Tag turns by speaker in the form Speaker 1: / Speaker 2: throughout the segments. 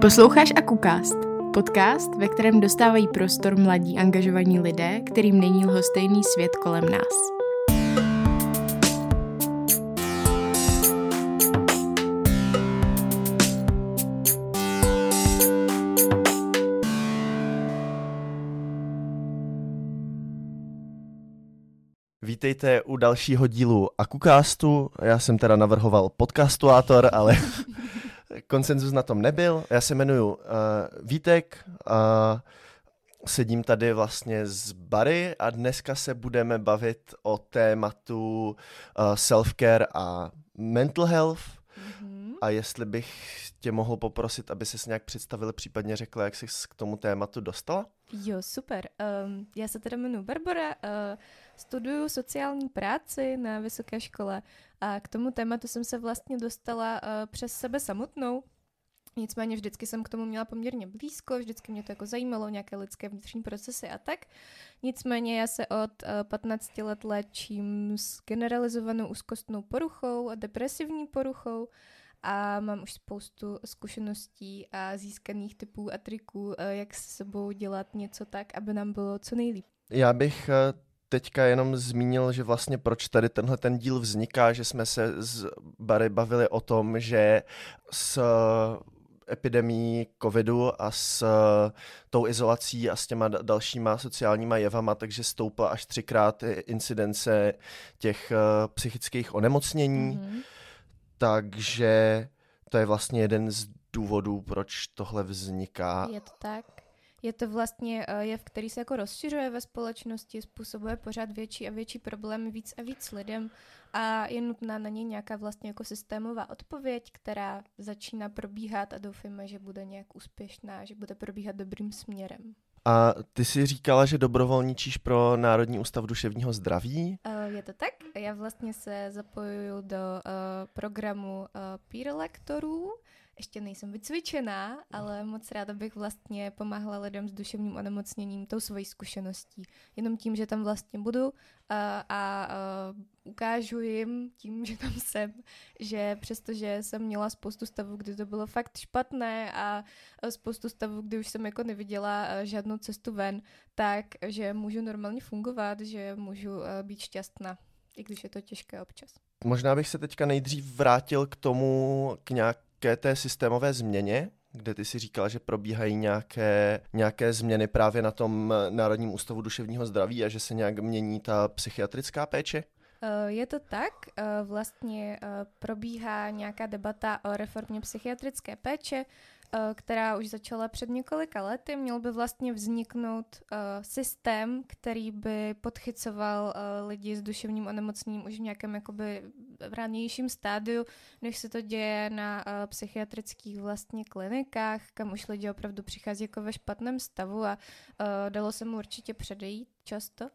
Speaker 1: Posloucháš Akukast, podcast, ve kterém dostávají prostor mladí angažovaní lidé, kterým není lhostejný svět kolem nás.
Speaker 2: Vítejte u dalšího dílu Akucastu. Já jsem teda navrhoval podcastuátor, ale konsenzus na tom nebyl. Já se jmenuji Vítek a sedím tady vlastně s Barry a dneska se budeme bavit o tématu self-care a mental health. A jestli bych tě mohl poprosit, aby ses nějak představil, případně řekla, jak jsi k tomu tématu dostala?
Speaker 3: Jo, super. Já se teda jmenuji Barbora, studuju sociální práci na vysoké škole a k tomu tématu jsem se vlastně dostala přes sebe samotnou. Nicméně vždycky jsem k tomu měla poměrně blízko, vždycky mě to jako zajímalo, nějaké lidské vnitřní procesy a tak. Nicméně já se od 15 let léčím s generalizovanou úzkostnou poruchou a depresivní poruchou a mám už spoustu zkušeností a získaných typů a triků, jak s sebou dělat něco tak, aby nám bylo co nejlíp.
Speaker 2: Já bych teďka jenom zmínil, že vlastně proč tady tenhle ten díl vzniká, že jsme se s Barry bavili o tom, že s epidemií covidu a s tou izolací a s těma dalšíma sociálníma jevama, takže stoupla až 3x incidence těch psychických onemocnění. Takže to je vlastně jeden z důvodů, proč tohle vzniká.
Speaker 3: Je to tak. Je to vlastně jev, který se jako rozšiřuje ve společnosti, způsobuje pořád větší a větší problémy víc a víc lidem a je nutná na něj nějaká vlastně jako systémová odpověď, která začíná probíhat a doufáme, že bude nějak úspěšná, že bude probíhat dobrým směrem.
Speaker 2: A ty jsi říkala, že dobrovolničíš pro Národní ústav duševního zdraví?
Speaker 3: Je to tak. Já vlastně se zapojuju do programu peer lektorů. Ještě nejsem vycvičená, ale moc ráda bych vlastně pomáhala lidem s duševním onemocněním tou svojí zkušeností. Jenom tím, že tam vlastně budu a ukážu jim tím, že tam jsem, že přestože jsem měla spoustu stavů, kdy to bylo fakt špatné a spoustu stavů, kdy už jsem jako neviděla žádnou cestu ven, tak že můžu normálně fungovat, že můžu být šťastná, i když je to těžké občas.
Speaker 2: Možná bych se teďka nejdřív vrátil k tomu, k nějaké té systémové změně, kde ty si říkala, že probíhají nějaké změny právě na tom Národním ústavu duševního zdraví a že se nějak mění ta psychiatrická péče?
Speaker 3: Je to tak, vlastně probíhá nějaká debata o reformě psychiatrické péče, která už začala před několika lety. Měl by vlastně vzniknout systém, který by podchycoval lidi s duševním onemocněním už v nějakém jakoby ranějším stádiu, než se to děje na psychiatrických vlastně klinikách, kam už lidi opravdu přichází jako ve špatném stavu a dalo se mu určitě předejít často.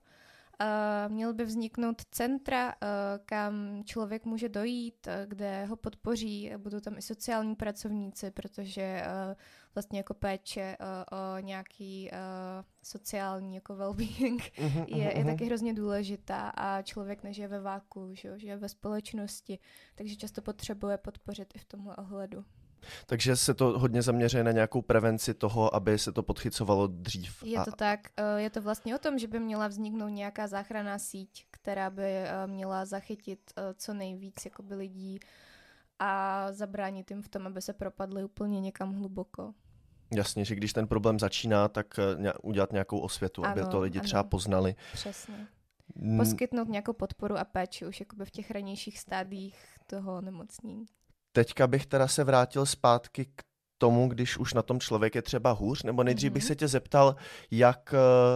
Speaker 3: Měl by vzniknout centra, kam člověk může dojít, kde ho podpoří, budou tam i sociální pracovníci, protože vlastně jako péče o nějaký sociální jako well-being je taky hrozně důležitá a člověk nežije ve váku, žije ve společnosti, takže často potřebuje podpořit i v tomhle ohledu.
Speaker 2: Takže se to hodně zaměřuje na nějakou prevenci toho, aby se to podchycovalo dřív.
Speaker 3: Je to tak. Je to vlastně o tom, že by měla vzniknout nějaká záchranná síť, která by měla zachytit co nejvíc jakoby lidí a zabránit jim v tom, aby se propadli úplně někam hluboko.
Speaker 2: Jasně, že když ten problém začíná, tak udělat nějakou osvětu, aby to lidi třeba poznali.
Speaker 3: Přesně. Poskytnout nějakou podporu a péči už jakoby v těch ranějších stádiích toho onemocnění.
Speaker 2: Teďka bych teda se vrátil zpátky k tomu, když už na tom člověk je třeba hůř, nebo nejdřív bych se tě zeptal, jak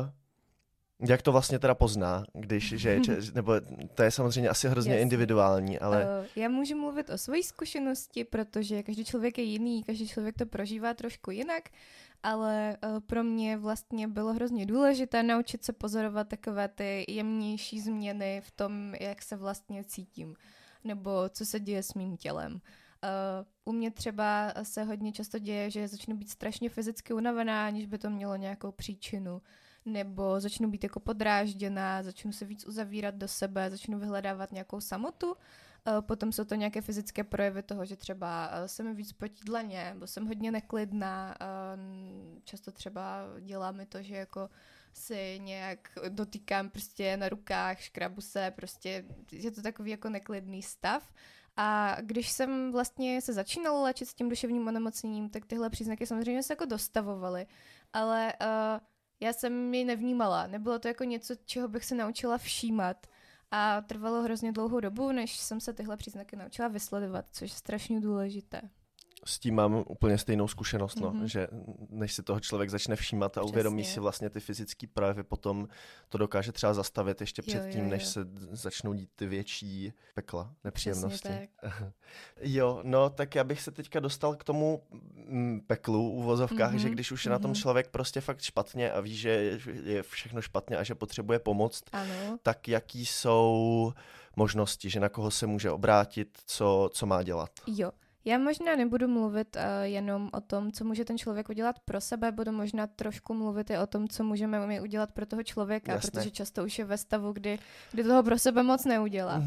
Speaker 2: to vlastně teda pozná, nebo to je samozřejmě asi hrozně individuální, ale...
Speaker 3: Já můžu mluvit o své zkušenosti, protože každý člověk je jiný, každý člověk to prožívá trošku jinak, ale pro mě vlastně bylo hrozně důležité naučit se pozorovat takové ty jemnější změny v tom, jak se vlastně cítím, nebo co se děje s mým tělem. U mě třeba se hodně často děje, že začnu být strašně fyzicky unavená, aniž by to mělo nějakou příčinu. Nebo začnu být jako podrážděná, začnu se víc uzavírat do sebe, začnu vyhledávat nějakou samotu Potom jsou to nějaké fyzické projevy toho, že třeba se mi víc potí dlaně, nebo jsem hodně neklidná. Často třeba dělá mi to, že jako si nějak dotýkám prostě na rukách, škrabu se, prostě je to takový jako neklidný stav. A když jsem vlastně se začínala léčit s tím duševním onemocněním, tak tyhle příznaky samozřejmě se jako dostavovaly, ale já jsem ji nevnímala. Nebylo to jako něco, čeho bych se naučila všímat. A trvalo hrozně dlouhou dobu, než jsem se tyhle příznaky naučila vysledovat, což je strašně důležité.
Speaker 2: S tím mám úplně stejnou zkušenost, že než si toho člověk začne všímat a uvědomí si vlastně ty fyzické projevy, potom to dokáže třeba zastavit ještě předtím, než se začnou dít ty větší pekla, nepříjemnosti. Jo, no tak já bych se teďka dostal k tomu peklu v uvozovkách, že když už je na tom člověk prostě fakt špatně a ví, že je všechno špatně a že potřebuje pomoct, tak jaký jsou možnosti, že na koho se může obrátit, co má dělat?
Speaker 3: Jo. Já možná nebudu mluvit jenom o tom, co může ten člověk udělat pro sebe, budu možná trošku mluvit i o tom, co můžeme my udělat pro toho člověka, protože často už je ve stavu, kdy toho pro sebe moc neudělá.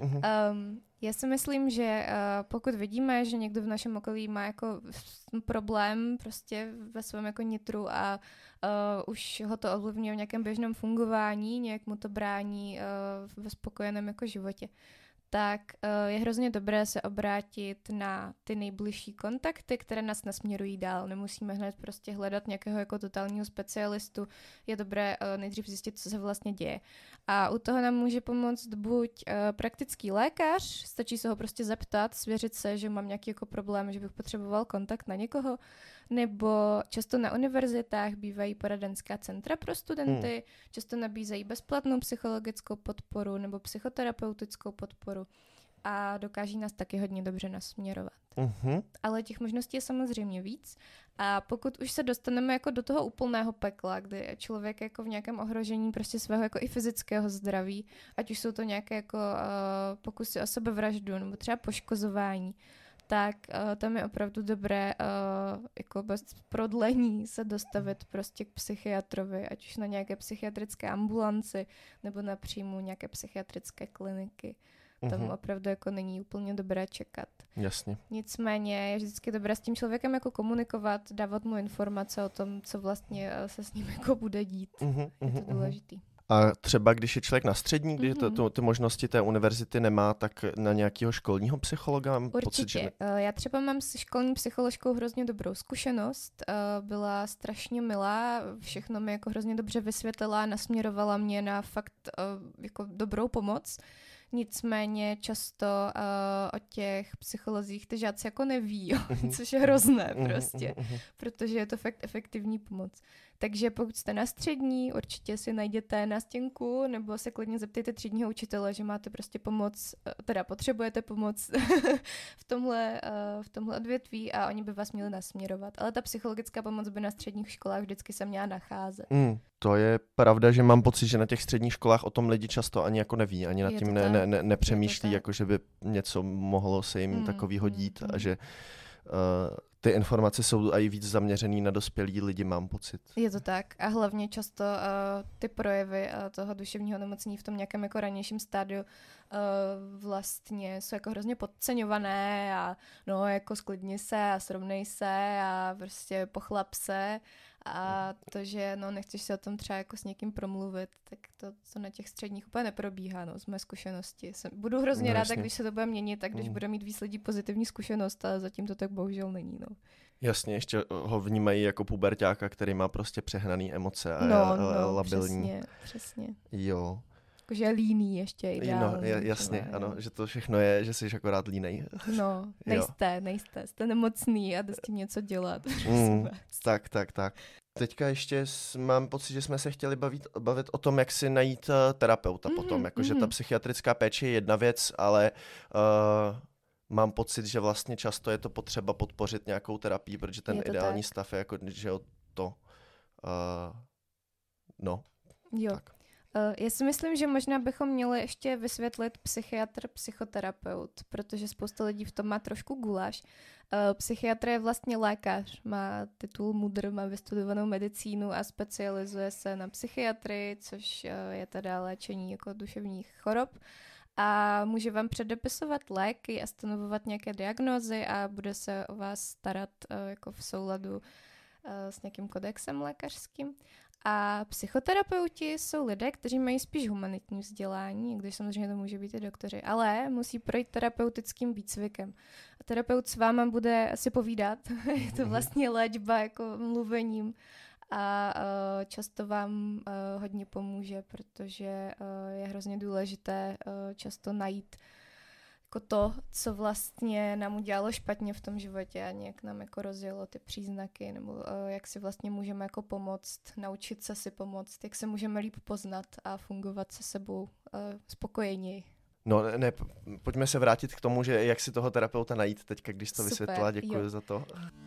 Speaker 3: Já si myslím, že pokud vidíme, že někdo v našem okolí má jako problém prostě ve svém jako nitru a už ho to ovlivňuje v nějakém běžném fungování, nějak mu to brání ve spokojeném jako životě, tak je hrozně dobré se obrátit na ty nejbližší kontakty, které nás nasměrují dál. Nemusíme hned prostě hledat nějakého jako totálního specialistu. Je dobré nejdřív zjistit, co se vlastně děje. A u toho nám může pomoct buď praktický lékař, stačí se ho prostě zeptat, svěřit se, že mám nějaký jako problém, že bych potřeboval kontakt na někoho, nebo často na univerzitách bývají poradenská centra pro studenty, často nabízejí bezplatnou psychologickou podporu nebo psychoterapeutickou podporu a dokáží nás taky hodně dobře nasměrovat. Ale těch možností je samozřejmě víc a pokud už se dostaneme jako do toho úplného pekla, kdy je člověk jako v nějakém ohrožení prostě svého jako i fyzického zdraví, ať už jsou to nějaké jako pokusy o sebevraždu nebo třeba poškozování, tak tam je opravdu dobré jako bez prodlení se dostavit prostě k psychiatrovi, ať už na nějaké psychiatrické ambulanci nebo na příjmu nějaké psychiatrické kliniky. Tam opravdu jako není úplně dobré čekat.
Speaker 2: Jasně.
Speaker 3: Nicméně je vždycky dobré s tím člověkem jako komunikovat, dávat mu informace o tom, co vlastně se s ním jako bude dít. Je to důležitý.
Speaker 2: A třeba když je člověk na střední, když ty možnosti té univerzity nemá, tak na nějakého školního psychologa?
Speaker 3: Určitě.
Speaker 2: Pocit, že...
Speaker 3: Já třeba mám s školní psycholožkou hrozně dobrou zkušenost. Byla strašně milá, všechno mi jako hrozně dobře vysvětlila, nasměrovala mě na fakt jako dobrou pomoc. Nicméně často o těch psycholozích ty žáci jako neví, což je hrozné prostě, protože je to fakt efektivní pomoc. Takže pokud jste na střední, určitě si najděte nástěnku nebo se klidně zeptejte třídního učitele, že máte prostě pomoc, teda potřebujete pomoc v tomhle odvětví a oni by vás měli nasměrovat. Ale ta psychologická pomoc by na středních školách vždycky se měla nacházet.
Speaker 2: To je pravda, že mám pocit, že na těch středních školách o tom lidi často ani jako neví, ani nad tím nepřemýšlí, jako že by něco mohlo se jim takovýho dít a že ty informace jsou i víc zaměřený na dospělý lidi, mám pocit.
Speaker 3: Je to tak a hlavně často ty projevy toho duševního onemocnění v tom nějakém jako ranějším stádiu vlastně jsou jako hrozně podceňované a no jako sklidni se a srovnej se a prostě pochlap se a to, že no nechceš se o tom třeba jako s někým promluvit, tak to na těch středních úplně neprobíhá, no, z mé zkušenosti. Budu hrozně ráda, když se to bude měnit, tak když bude mít víc lidí pozitivní zkušenost, ale zatím to tak bohužel není, no.
Speaker 2: Jasně, ještě ho vnímají jako puberťáka, který má prostě přehnaný emoce a labilní. Přesně. Jo.
Speaker 3: Jakože je líný ještě ideálně.
Speaker 2: Jasně, ano, že to všechno je, že jsi akorát línej.
Speaker 3: No, nejste, jste nemocný a jde s tím něco dělat.
Speaker 2: Tak. Teďka ještě mám pocit, že jsme se chtěli bavit o tom, jak si najít terapeuta potom, jakože ta psychiatrická péče je jedna věc, ale mám pocit, že vlastně často je to potřeba podpořit nějakou terapii, protože ten ideální stav je jako, že to
Speaker 3: Jo. Tak. Já si myslím, že možná bychom měli ještě vysvětlit psychiatr, psychoterapeut, protože spousta lidí v tom má trošku guláš. Psychiatr je vlastně lékař, má titul MUDr, má vystudovanou medicínu a specializuje se na psychiatrii, což je teda léčení jako duševních chorob. a může vám předepisovat léky a stanovovat nějaké diagnózy a bude se o vás starat jako v souladu s nějakým kodexem lékařským. A psychoterapeuti jsou lidé, kteří mají spíš humanitní vzdělání, když samozřejmě to může být i doktoři, ale musí projít terapeutickým výcvikem. A terapeut s váma bude si povídat, je to vlastně léčba jako mluvením a často vám hodně pomůže, protože je hrozně důležité často najít jako to, co vlastně nám udělalo špatně v tom životě a nějak nám jako rozjelo ty příznaky, nebo jak si vlastně můžeme jako pomoct, naučit se si pomoct, jak se můžeme líp poznat a fungovat se sebou spokojeněji.
Speaker 2: No ne, pojďme se vrátit k tomu, že jak si toho terapeuta najít teďka, když to vysvětlila, děkuji za to.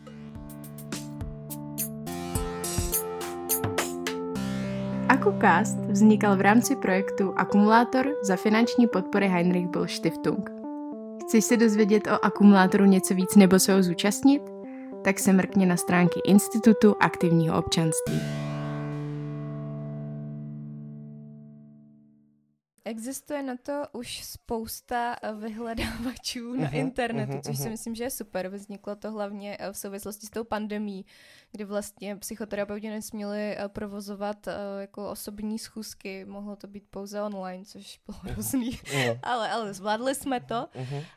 Speaker 1: AkuCast vznikal v rámci projektu Akumulátor za finanční podpory Heinrich Böll Stiftung. Chceš se dozvědět o akumulátoru něco víc nebo se ho zúčastnit? Tak se mrkni na stránky Institutu aktivního občanství.
Speaker 3: Existuje na to už spousta vyhledávačů na internetu, což si myslím, že je super. Vzniklo to hlavně v souvislosti s tou pandemií, kdy vlastně psychoterapeuti nesměli provozovat jako osobní schůzky. Mohlo to být pouze online, což bylo hrozný. Ale zvládli jsme to.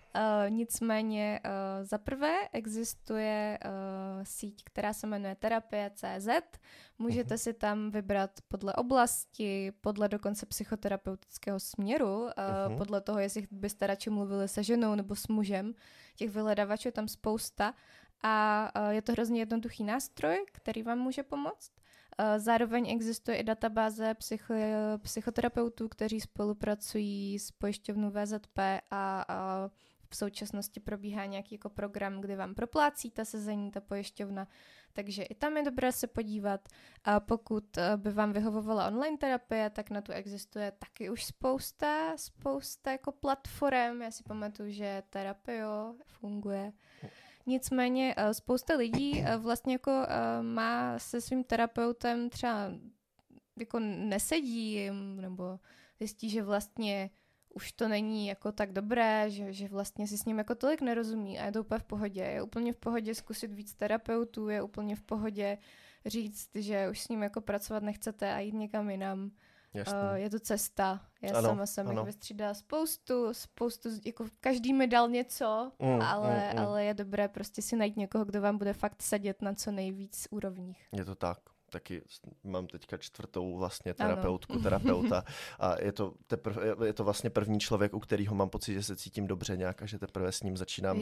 Speaker 3: Nicméně za prvé existuje síť, která se jmenuje Terapie.cz. Můžete si tam vybrat podle oblasti, podle dokonce psychoterapeutického směru, podle toho, jestli byste radši mluvili se ženou nebo s mužem. Těch vyhledávačů je tam spousta a je to hrozně jednoduchý nástroj, který vám může pomoct. Zároveň existuje i databáze psychoterapeutů, kteří spolupracují s pojišťovnou VZP a v současnosti probíhá nějaký jako program, kdy vám proplácí ta sezení, ta pojišťovna, takže i tam je dobré se podívat. A pokud by vám vyhovovala online terapie, tak na tu existuje taky už spousta jako platform. Já si pamatuju, že Terapio funguje. Nicméně spousta lidí vlastně jako má se svým terapeutem třeba jako nesedí nebo zjistí, že vlastně už to není jako tak dobré, že vlastně si s ním jako tolik nerozumí a je to úplně v pohodě. Je úplně v pohodě zkusit víc terapeutů, je úplně v pohodě říct, že už s ním jako pracovat nechcete a jít někam jinam. Je to cesta. Já sama jsem jich vystřídala spoustu, jako každý mi dal něco, ale je dobré prostě si najít někoho, kdo vám bude fakt sedět na co nejvíc úrovních.
Speaker 2: Je to tak. Taky mám teďka 4. vlastně terapeuta a je to vlastně první člověk, u kterého mám pocit, že se cítím dobře nějak a že teprve s ním začínám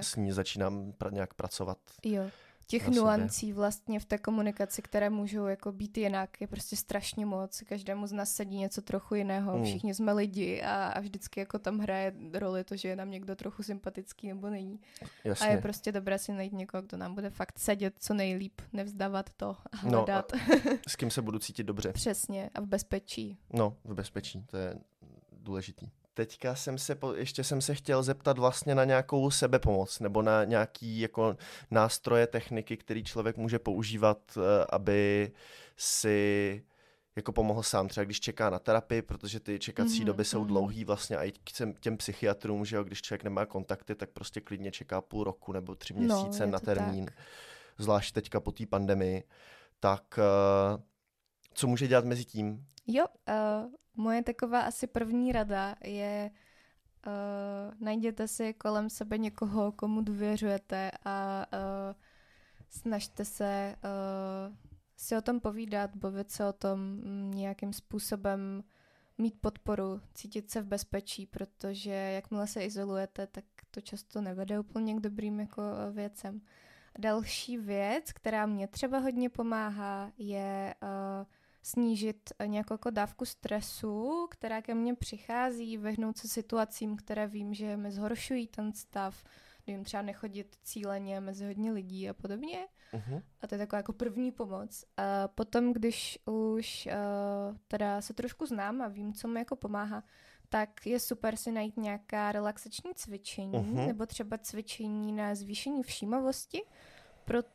Speaker 2: nějak pracovat.
Speaker 3: Jo. Těch nuancí vlastně v té komunikaci, které můžou jako být jinak, je prostě strašně moc. Každému z nás sedí něco trochu jiného. Všichni jsme lidi a vždycky jako tam hraje roli to, že je nám někdo trochu sympatický nebo není.
Speaker 2: Jasně.
Speaker 3: A je prostě dobré si najít někoho, kdo nám bude fakt sedět co nejlíp, nevzdávat to a hledat.
Speaker 2: S kým se budu cítit dobře.
Speaker 3: Přesně a v bezpečí.
Speaker 2: No, v bezpečí, to je důležitý. Teďka ještě jsem se chtěl zeptat vlastně na nějakou sebepomoc nebo na nějaký jako nástroje, techniky, který člověk může používat, aby si jako pomohl sám. Třeba když čeká na terapii, protože ty čekací doby jsou dlouhý vlastně a i k těm psychiatrům, že jo, když člověk nemá kontakty, tak prostě klidně čeká půl roku nebo 3 měsíce na termín. Tak. Zvlášť teďka po té pandemii. Tak co může dělat mezi tím?
Speaker 3: Jo, moje taková asi první rada je najděte si kolem sebe někoho, komu důvěřujete a snažte se si o tom povídat, bavit se o tom nějakým způsobem, mít podporu, cítit se v bezpečí, protože jakmile se izolujete, tak to často nevede úplně k dobrým jako věcem. Další věc, která mě třeba hodně pomáhá, je snížit nějakou jako dávku stresu, která ke mně přichází, vyhnout se situacím, které vím, že mi zhoršují ten stav, nevím, třeba nechodit cíleně mezi hodně lidí a podobně. A to je taková jako první pomoc. A potom, když už teda se trošku znám a vím, co mi jako pomáhá, tak je super si najít nějaká relaxační cvičení, nebo třeba cvičení na zvýšení všímavosti,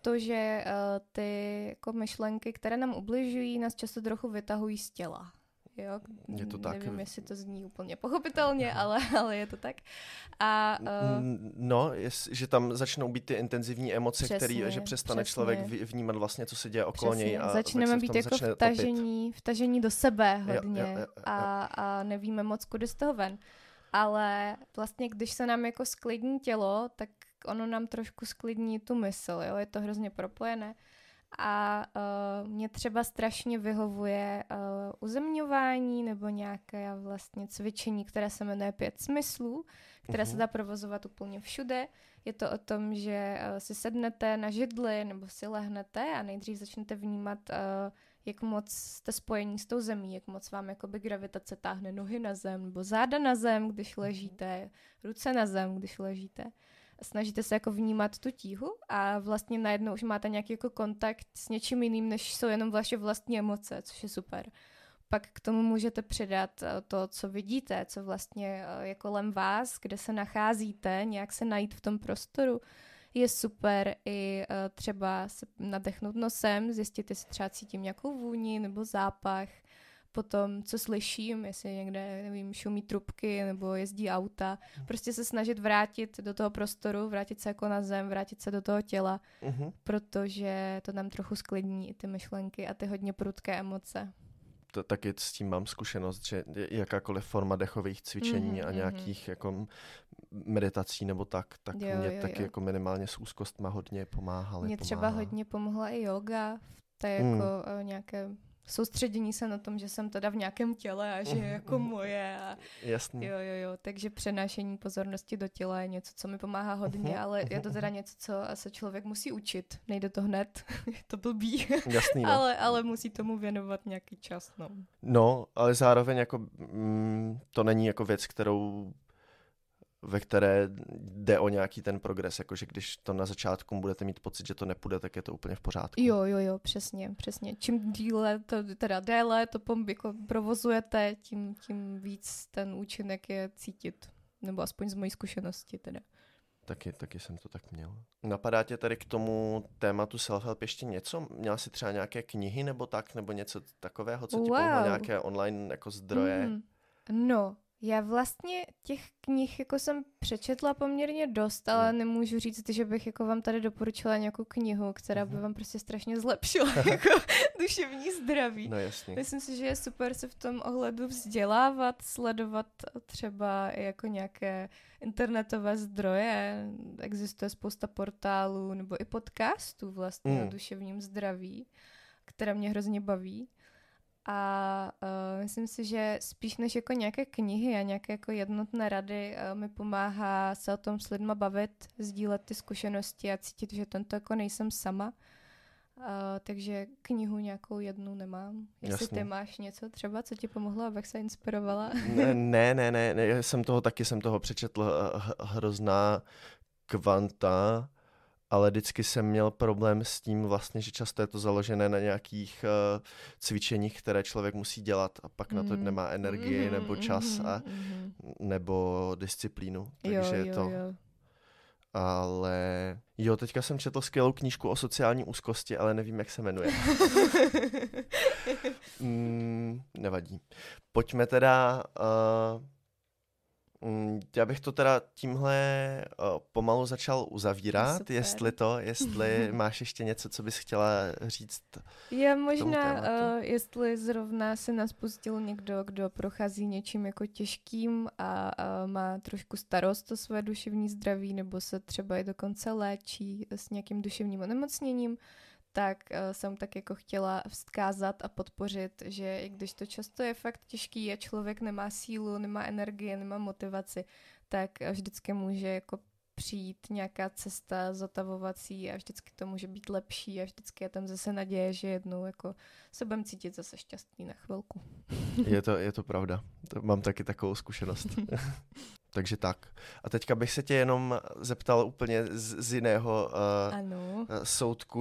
Speaker 3: protože ty jako myšlenky, které nám ubližují, nás často trochu vytahují z těla. Jo?
Speaker 2: Je to tak.
Speaker 3: Nevím, jestli to zní úplně pochopitelně, ale je to tak. A,
Speaker 2: no, že tam začnou být ty intenzivní emoce,
Speaker 3: přesně,
Speaker 2: že přestane člověk vnímat vlastně, co se děje okolo něj. A
Speaker 3: začneme být jako vtažení do sebe hodně
Speaker 2: jo.
Speaker 3: A nevíme moc, kudy z toho ven. Ale vlastně, když se nám jako sklidní tělo, tak ono nám trošku sklidní tu mysl, jo? Je to hrozně propojené. A mě třeba strašně vyhovuje uzemňování nebo nějaké vlastně cvičení, které se jmenuje 5 smyslů, které se dá provozovat úplně všude. Je to o tom, že si sednete na židli nebo si lehnete a nejdřív začnete vnímat, jak moc jste spojení s tou zemí, jak moc vám jakoby gravitace táhne nohy na zem, nebo záda na zem, když ležíte, ruce na zem, když ležíte. Snažíte se jako vnímat tu tíhu a vlastně najednou už máte nějaký jako kontakt s něčím jiným, než jsou jenom vaše vlastní emoce, což je super. Pak k tomu můžete přidat to, co vidíte, co vlastně je kolem vás, kde se nacházíte, nějak se najít v tom prostoru. Je super i třeba se nadechnout nosem, zjistit, jestli třeba cítím nějakou vůni nebo zápach, potom, co slyším, jestli někde, nevím, šumí trubky nebo jezdí auta. Prostě se snažit vrátit do toho prostoru, vrátit se jako na zem, vrátit se do toho těla, protože to nám trochu sklidní i ty myšlenky a ty hodně prudké emoce.
Speaker 2: To taky s tím mám zkušenost, že jakákoliv forma dechových cvičení a nějakých jako meditací nebo tak mě taky jako minimálně s úzkostma hodně pomáhaly.
Speaker 3: Mně třeba hodně pomohla i yoga, to je jako nějaké soustředění se na tom, že jsem teda v nějakém těle a že je jako moje. A
Speaker 2: jasný.
Speaker 3: Jo, takže přenášení pozornosti do těla je něco, co mi pomáhá hodně, ale je to teda něco, co se člověk musí učit. Nejde to hned, je to blbý.
Speaker 2: Jasný, no.
Speaker 3: ale musí tomu věnovat nějaký čas.
Speaker 2: No, ale zároveň jako to není jako věc, ve které jde o nějaký ten progres, jakože když to na začátku budete mít pocit, že to nepůjde, tak je to úplně v pořádku.
Speaker 3: Jo, přesně. Čím déle to jako provozujete, tím víc ten účinek je cítit. Nebo aspoň z mojí zkušenosti teda.
Speaker 2: Taky jsem to tak měl. Napadá tě tady k tomu tématu self-help ještě něco? Měla jsi třeba nějaké knihy nebo tak, nebo něco takového, co ti pomohlo, nějaké online jako zdroje?
Speaker 3: No, já vlastně těch knih jako jsem přečetla poměrně dost, ale nemůžu říct, že bych jako vám tady doporučila nějakou knihu, která by vám prostě strašně zlepšila jako duševní zdraví.
Speaker 2: No jasně.
Speaker 3: Myslím si, že je super se v tom ohledu vzdělávat, sledovat třeba jako nějaké internetové zdroje. Existuje spousta portálů nebo i podcastů vlastně o duševním zdraví, které mě hrozně baví. A myslím si, že spíš než jako nějaké knihy a nějaké jako jednotné rady mi pomáhá se o tom s lidma bavit, sdílet ty zkušenosti a cítit, že tento jako nejsem sama. Takže knihu nějakou jednu nemám. Jestli ty máš něco třeba, co ti pomohlo, abych se inspirovala?
Speaker 2: Ne, jsem toho přečetl hrozná kvanta, ale vždycky jsem měl problém s tím vlastně, že často je to založené na nějakých cvičeních, které člověk musí dělat a pak na to nemá energii nebo čas nebo disciplínu. Takže je to...
Speaker 3: Jo.
Speaker 2: Ale teďka jsem četl skvělou knížku o sociální úzkosti, ale nevím, jak se jmenuje. Nevadí. Pojďme teda... Já bych to teda tímhle pomalu začal uzavírat, jestli máš ještě něco, co bys chtěla říct.
Speaker 3: Já možná, jestli zrovna se nás pustil někdo, kdo prochází něčím jako těžkým a má trošku starost o své duševní zdraví, nebo se třeba i dokonce léčí s nějakým duševním onemocněním, tak jsem tak jako chtěla vzkázat a podpořit, že i když to často je fakt těžký a člověk nemá sílu, nemá energii, nemá motivaci, tak vždycky může jako přijít nějaká cesta zotavovací a vždycky to může být lepší a vždycky je tam zase naděje, že jednou jako se budeme cítit zase šťastný na chvilku.
Speaker 2: Je to pravda. Mám taky takovou zkušenost. Takže tak. A teďka bych se tě jenom zeptal úplně z jiného soudku.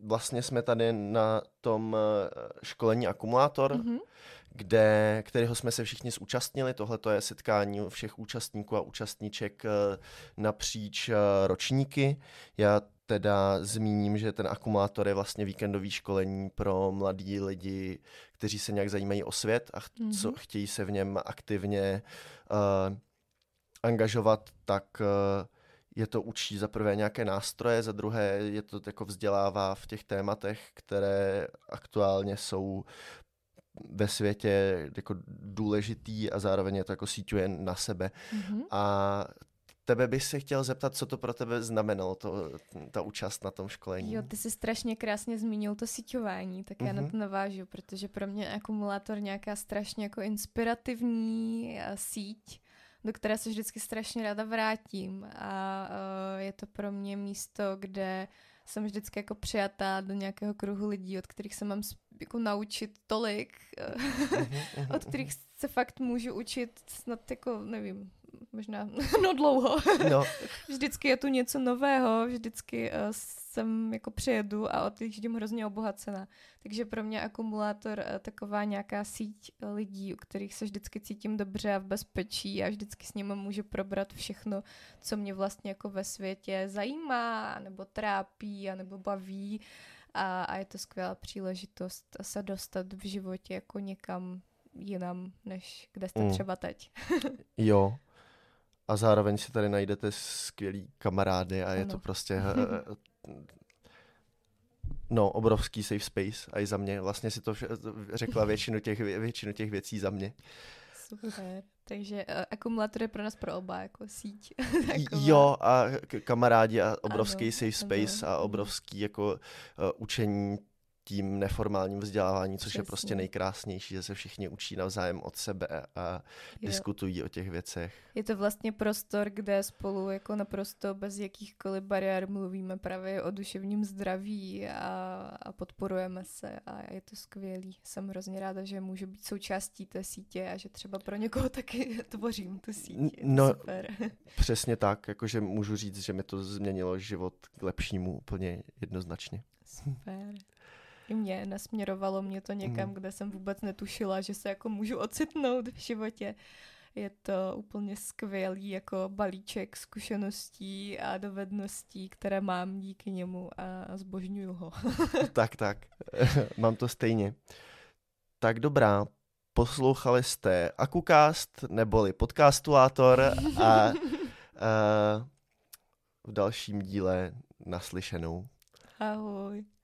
Speaker 2: vlastně jsme tady na tom školení Akumulátor, kterého jsme se všichni zúčastnili. Tohle to je setkání všech účastníků a účastníček napříč ročníky. Já teda zmíním, že ten Akumulátor je vlastně víkendový školení pro mladí lidi, kteří se nějak zajímají o svět a co chtějí se v něm aktivně angažovat, tak je to učí za prvé nějaké nástroje, za druhé je to jako vzdělává v těch tématech, které aktuálně jsou ve světě jako důležitý a zároveň je to jako síťuje na sebe. A tebe bych se chtěl zeptat, co to pro tebe znamenalo, ta účast na tom školení.
Speaker 3: Jo, ty jsi strašně krásně zmínil to síťování, tak já na to navážu, protože pro mě je Akumulátor nějaká strašně jako inspirativní síť, do které se vždycky strašně ráda vrátím a je to pro mě místo, kde jsem vždycky jako přijatá do nějakého kruhu lidí, od kterých se mám jako naučit tolik, od kterých se fakt můžu učit snad jako, nevím, možná dlouho. No. Vždycky je tu něco nového, vždycky jsem jako přijedu a odjíždím hrozně obohacená. Takže pro mě Akumulátor taková nějaká síť lidí, u kterých se vždycky cítím dobře a v bezpečí a vždycky s nimi můžu probrat všechno, co mě vlastně jako ve světě zajímá, nebo trápí, nebo baví. A je to skvělá příležitost se dostat v životě jako někam jinam, než kde jste třeba teď.
Speaker 2: Jo. A zároveň si tady najdete skvělý kamarády a je to prostě obrovský safe space a i za mě. Vlastně si to řekla většinu těch věcí za mě.
Speaker 3: Super. Takže Akumulátor je pro nás pro oba jako síť.
Speaker 2: Jo, a kamarádi a obrovský safe space a obrovský jako učení tím neformálním vzdělávání, což je prostě nejkrásnější, že se všichni učí navzájem od sebe a diskutují o těch věcech.
Speaker 3: Je to vlastně prostor, kde spolu jako naprosto bez jakýchkoliv bariér mluvíme právě o duševním zdraví a podporujeme se a je to skvělý. Jsem hrozně ráda, že můžu být součástí té sítě a že třeba pro někoho taky tvořím tu síť.
Speaker 2: No,
Speaker 3: super.
Speaker 2: Přesně tak, jakože můžu říct, že mi to změnilo život k lepšímu úplně jednoznačně.
Speaker 3: Super. I mě nasměrovalo mě to někam, kde jsem vůbec netušila, že se jako můžu ocitnout v životě. Je to úplně skvělý jako balíček zkušeností a dovedností, které mám díky němu a zbožňuju ho.
Speaker 2: Tak. Mám to stejně. Tak dobrá. Poslouchali jste Akucast neboli Podcastulátor a v dalším díle naslyšenou.
Speaker 3: Ahoj.